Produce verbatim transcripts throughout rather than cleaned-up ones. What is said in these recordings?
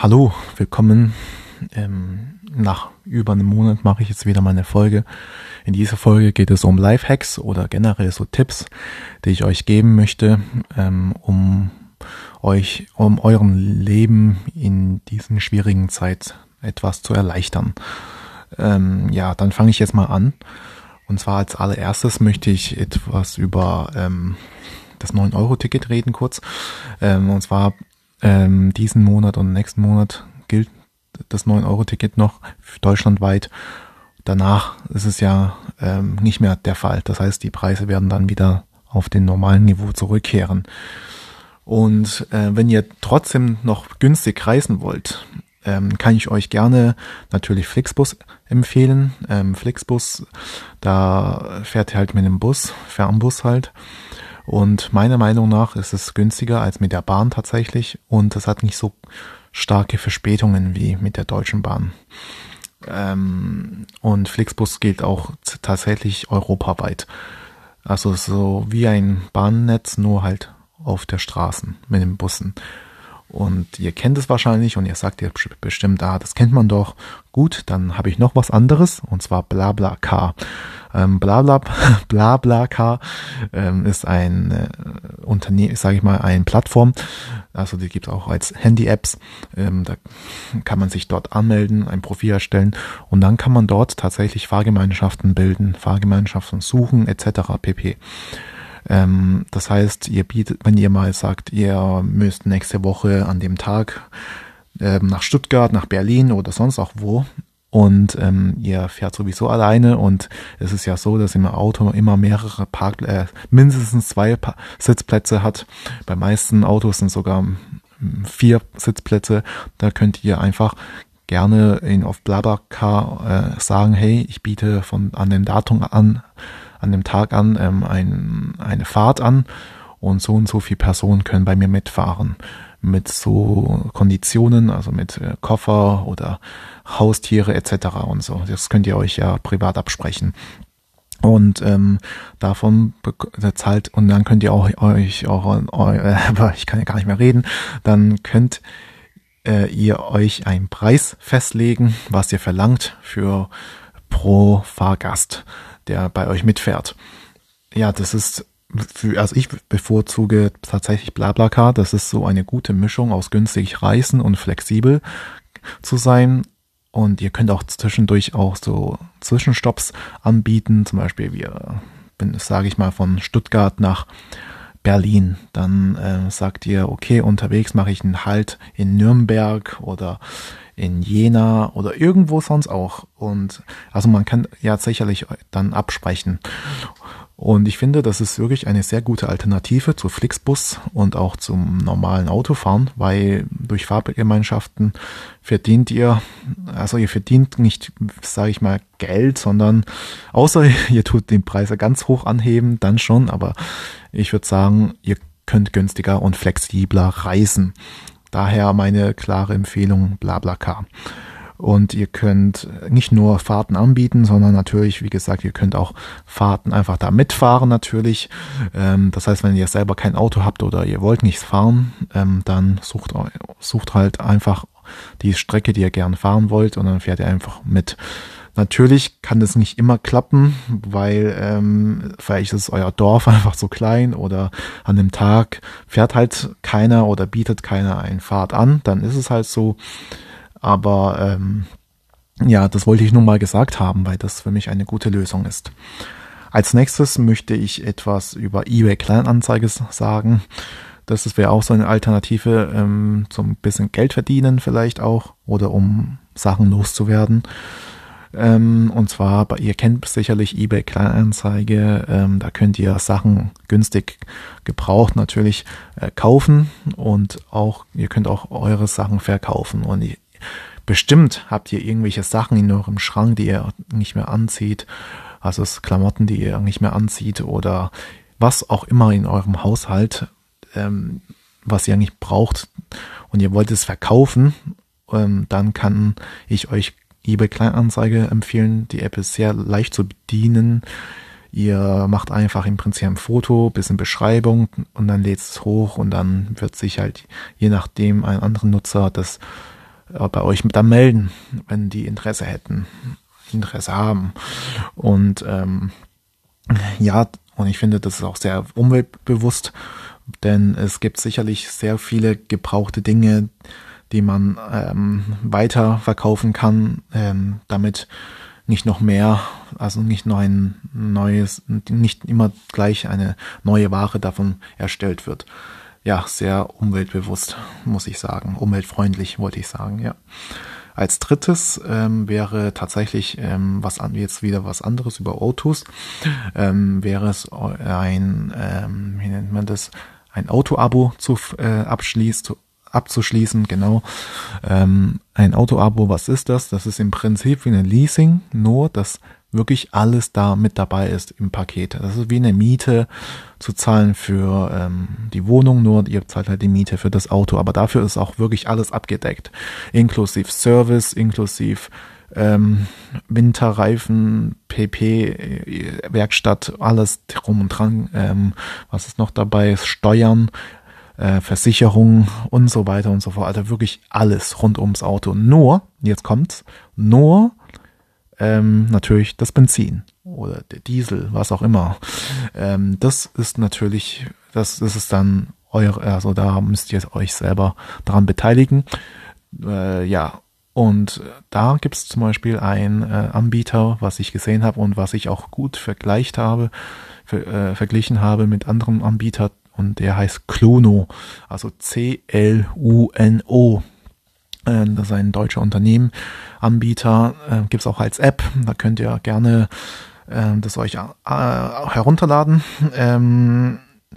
Hallo, willkommen. Ähm, nach über einem Monat mache ich jetzt wieder meine Folge. In dieser Folge geht es um Lifehacks oder generell so Tipps, die ich euch geben möchte, ähm, um euch, um eurem Leben in diesen schwierigen Zeit etwas zu erleichtern. Ähm, ja, dann fange ich jetzt mal an. Und zwar als allererstes möchte ich etwas über ähm, das neun Euro Ticket reden kurz. Ähm, und zwar ähm, diesen Monat und nächsten Monat gilt das neun Euro Ticket noch deutschlandweit. Danach ist es ja ähm, nicht mehr der Fall. Das heißt, die Preise werden dann wieder auf den normalen Niveau zurückkehren. Und äh, wenn ihr trotzdem noch günstig reisen wollt, ähm, kann ich euch gerne natürlich Flixbus empfehlen. Ähm, Flixbus, da fährt ihr halt mit dem Bus, Fernbus halt. Und meiner Meinung nach ist es günstiger als mit der Bahn tatsächlich und es hat nicht so starke Verspätungen wie mit der Deutschen Bahn. Ähm, und Flixbus geht auch tatsächlich europaweit. Also so wie ein Bahnnetz, nur halt auf der Straßen mit den Bussen. Und ihr kennt es wahrscheinlich und ihr sagt ihr bestimmt, ah, das kennt man doch. Gut, dann habe ich noch was anderes und zwar BlaBlaCar. Ähm, Blabla, BlaBlaCar ähm, ist ein äh, Unternehmen, sage ich mal, eine Plattform. Also die gibt es auch als Handy-Apps. Ähm, da kann man sich dort anmelden, ein Profil erstellen und dann kann man dort tatsächlich Fahrgemeinschaften bilden, Fahrgemeinschaften suchen et cetera pp. Ähm, das heißt, ihr bietet, wenn ihr mal sagt, ihr müsst nächste Woche an dem Tag ähm, nach Stuttgart, nach Berlin oder sonst auch wo und ähm, ihr fährt sowieso alleine und es ist ja so, dass im Auto immer mehrere Parkplätze, äh, mindestens zwei pa- Sitzplätze hat. Bei meisten Autos sind sogar vier Sitzplätze. Da könnt ihr einfach gerne in auf BlaBlaCar äh, sagen, hey, ich biete von an dem Datum an an dem Tag an ähm, ein, eine Fahrt an und so und so viele Personen können bei mir mitfahren. Mit so Konditionen, also mit äh, Koffer oder Haustiere et cetera und so. Das könnt ihr euch ja privat absprechen. Und ähm, davon zahlt und dann könnt ihr auch euch auch äh, aber ich kann ja gar nicht mehr reden, dann könnt äh, ihr euch einen Preis festlegen, was ihr verlangt für pro Fahrgast, der bei euch mitfährt. Ja, das ist für, also ich bevorzuge tatsächlich BlaBlaCar. Das ist so eine gute Mischung aus günstig reisen und flexibel zu sein. Und ihr könnt auch zwischendurch auch so Zwischenstopps anbieten. Zum Beispiel, wir bin, sage ich mal, von Stuttgart nach Berlin. Dann äh, sagt ihr, okay, unterwegs mache ich einen Halt in Nürnberg oder in Jena oder irgendwo sonst auch. Und also man kann ja sicherlich dann absprechen. Und ich finde, das ist wirklich eine sehr gute Alternative zu Flixbus und auch zum normalen Autofahren, weil durch Fahrgemeinschaften verdient ihr, also ihr verdient nicht, sage ich mal, Geld, sondern außer ihr tut den Preis ganz hoch anheben, dann schon, aber ich würde sagen, ihr könnt günstiger und flexibler reisen. Daher meine klare Empfehlung BlaBlaCar. Und ihr könnt nicht nur Fahrten anbieten, sondern natürlich, wie gesagt, ihr könnt auch Fahrten einfach da mitfahren natürlich. Ähm, das heißt, wenn ihr selber kein Auto habt oder ihr wollt nicht fahren, ähm, dann sucht, sucht halt einfach die Strecke, die ihr gern fahren wollt und dann fährt ihr einfach mit. Natürlich kann das nicht immer klappen, weil ähm, vielleicht ist euer Dorf einfach so klein oder an dem Tag fährt halt keiner oder bietet keiner eine Fahrt an, dann ist es halt so. Aber ähm, ja, das wollte ich nun mal gesagt haben, weil das für mich eine gute Lösung ist. Als nächstes möchte ich etwas über eBay Kleinanzeigen sagen. Das wäre auch so eine Alternative ähm, zum bisschen Geld verdienen vielleicht auch oder um Sachen loszuwerden. Ähm, und zwar, ihr kennt sicherlich eBay Kleinanzeige, ähm, da könnt ihr Sachen günstig gebraucht natürlich äh, kaufen und auch, ihr könnt auch eure Sachen verkaufen und ihr, bestimmt habt ihr irgendwelche Sachen in eurem Schrank, die ihr nicht mehr anzieht, also es Klamotten, die ihr nicht mehr anzieht oder was auch immer in eurem Haushalt, ähm, was ihr nicht braucht und ihr wollt es verkaufen, ähm, dann kann ich euch eBay Kleinanzeige empfehlen. Die App ist sehr leicht zu bedienen. Ihr macht einfach im Prinzip ein Foto, bisschen Beschreibung und dann lädt es hoch und dann wird sich halt je nachdem ein anderer Nutzer das äh, bei euch dann melden, wenn die Interesse hätten, Interesse haben. Und ähm, ja, und ich finde, das ist auch sehr umweltbewusst, denn es gibt sicherlich sehr viele gebrauchte Dinge, die man ähm, weiter verkaufen kann, ähm, damit nicht noch mehr, also nicht noch ein neues, nicht immer gleich eine neue Ware davon erstellt wird. Ja, sehr umweltbewusst, muss ich sagen. Umweltfreundlich, wollte ich sagen, ja. Als drittes ähm, wäre tatsächlich ähm, was an, jetzt wieder was anderes über Autos. Ähm, wäre es ein, ähm, wie nennt man das, ein Auto-Abo zu äh, abschließt, abzuschließen, genau. Ähm, ein Auto-Abo, was ist das? Das ist im Prinzip wie ein Leasing, nur dass wirklich alles da mit dabei ist im Paket. Das ist wie eine Miete zu zahlen für ähm, die Wohnung, nur ihr zahlt halt die Miete für das Auto, aber dafür ist auch wirklich alles abgedeckt, inklusive Service, inklusive ähm, Winterreifen, P P, Werkstatt, alles drum und dran, ähm, was ist noch dabei, Steuern, äh, Versicherung und so weiter und so fort, also wirklich alles rund ums Auto, nur, jetzt kommt's, nur Ähm, natürlich das Benzin oder der Diesel, was auch immer. Ähm, das ist natürlich, das, das ist dann eure, also da müsst ihr euch selber daran beteiligen. Äh, ja, und da gibt es zum Beispiel einen äh, Anbieter, was ich gesehen habe und was ich auch gut vergleicht habe, ver, äh, verglichen habe mit anderen Anbietern, und der heißt Cluno, also C L U N O. Das ist ein deutscher Unternehmen, Anbieter, äh, gibt es auch als App, da könnt ihr gerne äh, das euch äh, herunterladen. Ähm,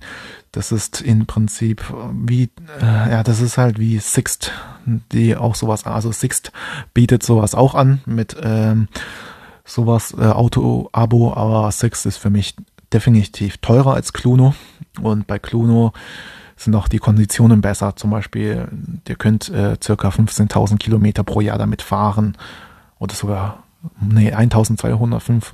das ist im Prinzip wie, äh, ja, das ist halt wie Sixt, die auch sowas, also Sixt bietet sowas auch an mit ähm, sowas, äh, Auto-Abo, aber Sixt ist für mich definitiv teurer als Cluno, und bei Cluno sind auch die Konditionen besser. Zum Beispiel, ihr könnt äh, circa fünfzehntausend Kilometer pro Jahr damit fahren, oder sogar, nee, eintausendzweihundertfünf,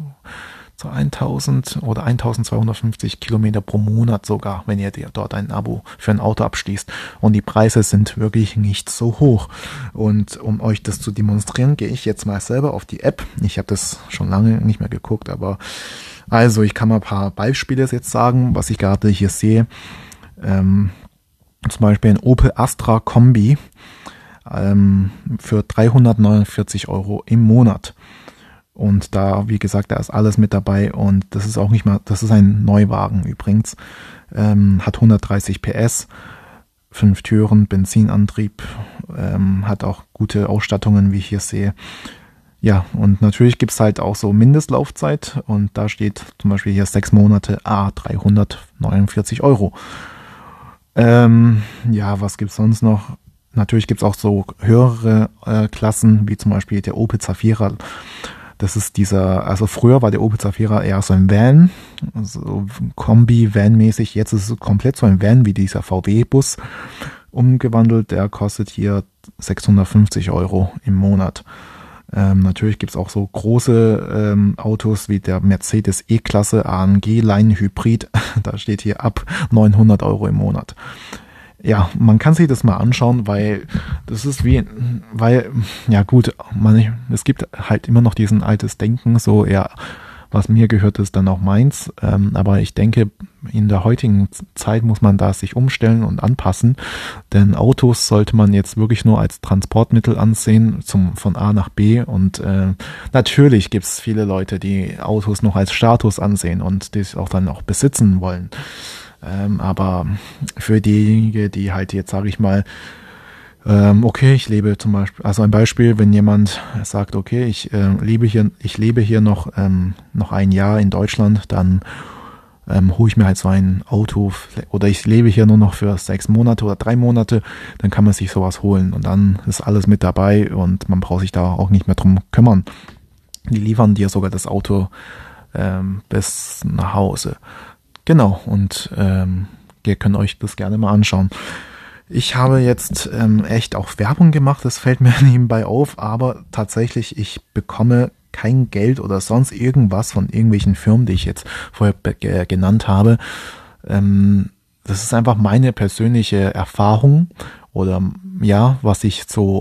so eintausend oder eintausendzweihundertfünfzig Kilometer pro Monat sogar, wenn ihr dort ein Abo für ein Auto abschließt. Und die Preise sind wirklich nicht so hoch. Und um euch das zu demonstrieren, gehe ich jetzt mal selber auf die App. Ich habe das schon lange nicht mehr geguckt, aber also ich kann mal ein paar Beispiele jetzt sagen, was ich gerade hier sehe. Ähm, zum Beispiel ein Opel Astra Kombi ähm, für dreihundertneunundvierzig Euro im Monat. Und da, wie gesagt, da ist alles mit dabei, und das ist auch nicht mal, das ist ein Neuwagen übrigens, ähm, hat hundertdreißig P S, fünf Türen, Benzinantrieb, ähm, hat auch gute Ausstattungen, wie ich hier sehe. Ja, und natürlich gibt's halt auch so Mindestlaufzeit, und da steht zum Beispiel hier sechs Monate, ah, dreihundertneunundvierzig Euro. Ähm, ja, was gibt's sonst noch? Natürlich gibt's auch so höhere äh, Klassen, wie zum Beispiel der Opel Zafira. Das ist dieser, also früher war der Opel Zafira eher so ein Van, so Kombi-Van-mäßig. Jetzt ist es komplett so ein Van wie dieser V W-Bus umgewandelt. Der kostet hier sechshundertfünfzig Euro im Monat. Ähm, natürlich gibt's auch so große ähm, Autos wie der Mercedes E-Klasse A M G Line Hybrid. Da steht hier ab neunhundert Euro im Monat. Ja, man kann sich das mal anschauen, weil das ist wie, weil, ja gut, man, es gibt halt immer noch diesen altes Denken, so, ja, was mir gehört, ist dann auch meins. Ähm, aber ich denke, in der heutigen Zeit muss man da sich umstellen und anpassen, denn Autos sollte man jetzt wirklich nur als Transportmittel ansehen, zum von A nach B. Und äh, natürlich gibt es viele Leute, die Autos noch als Status ansehen und das auch dann auch besitzen wollen. Ähm, aber für diejenigen, die halt jetzt, sage ich mal, ähm, okay, ich lebe zum Beispiel, also ein Beispiel, wenn jemand sagt, okay, ich äh, lebe hier, ich lebe hier noch ähm, noch ein Jahr in Deutschland, dann ähm, hole ich mir halt so ein Auto, oder ich lebe hier nur noch für sechs Monate oder drei Monate, dann kann man sich sowas holen, und dann ist alles mit dabei und man braucht sich da auch nicht mehr drum kümmern. Die liefern dir sogar das Auto ähm, bis nach Hause. Genau, und ähm, ihr könnt euch das gerne mal anschauen. Ich habe jetzt ähm, echt auch Werbung gemacht, das fällt mir nebenbei auf, aber tatsächlich, ich bekomme kein Geld oder sonst irgendwas von irgendwelchen Firmen, die ich jetzt vorher be- genannt habe. Ähm, das ist einfach meine persönliche Erfahrung oder ja, was ich so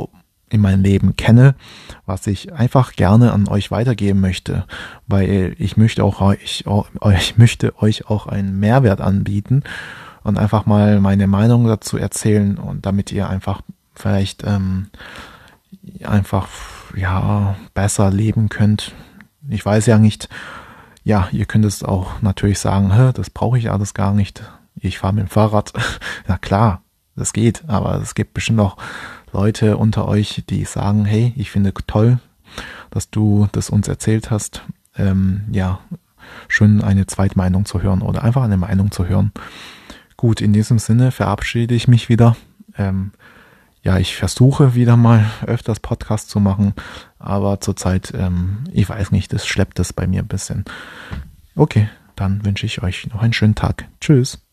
in meinem Leben kenne, was ich einfach gerne an euch weitergeben möchte, weil ich möchte auch euch, ich möchte euch auch einen Mehrwert anbieten und einfach mal meine Meinung dazu erzählen und damit ihr einfach vielleicht ähm, einfach ja besser leben könnt. Ich weiß ja nicht, ja, ihr könnt es auch natürlich sagen, hä, das brauche ich alles gar nicht. Ich fahre mit dem Fahrrad. Na klar, das geht, aber es gibt bestimmt auch Leute unter euch, die sagen, hey, ich finde toll, dass du das uns erzählt hast. Ähm, ja, schön eine Zweitmeinung zu hören oder einfach eine Meinung zu hören. Gut, in diesem Sinne verabschiede ich mich wieder. Ähm, ja, ich versuche wieder mal öfters Podcast zu machen, aber zurzeit, ähm, ich weiß nicht, das schleppt es bei mir ein bisschen. Okay, dann wünsche ich euch noch einen schönen Tag. Tschüss.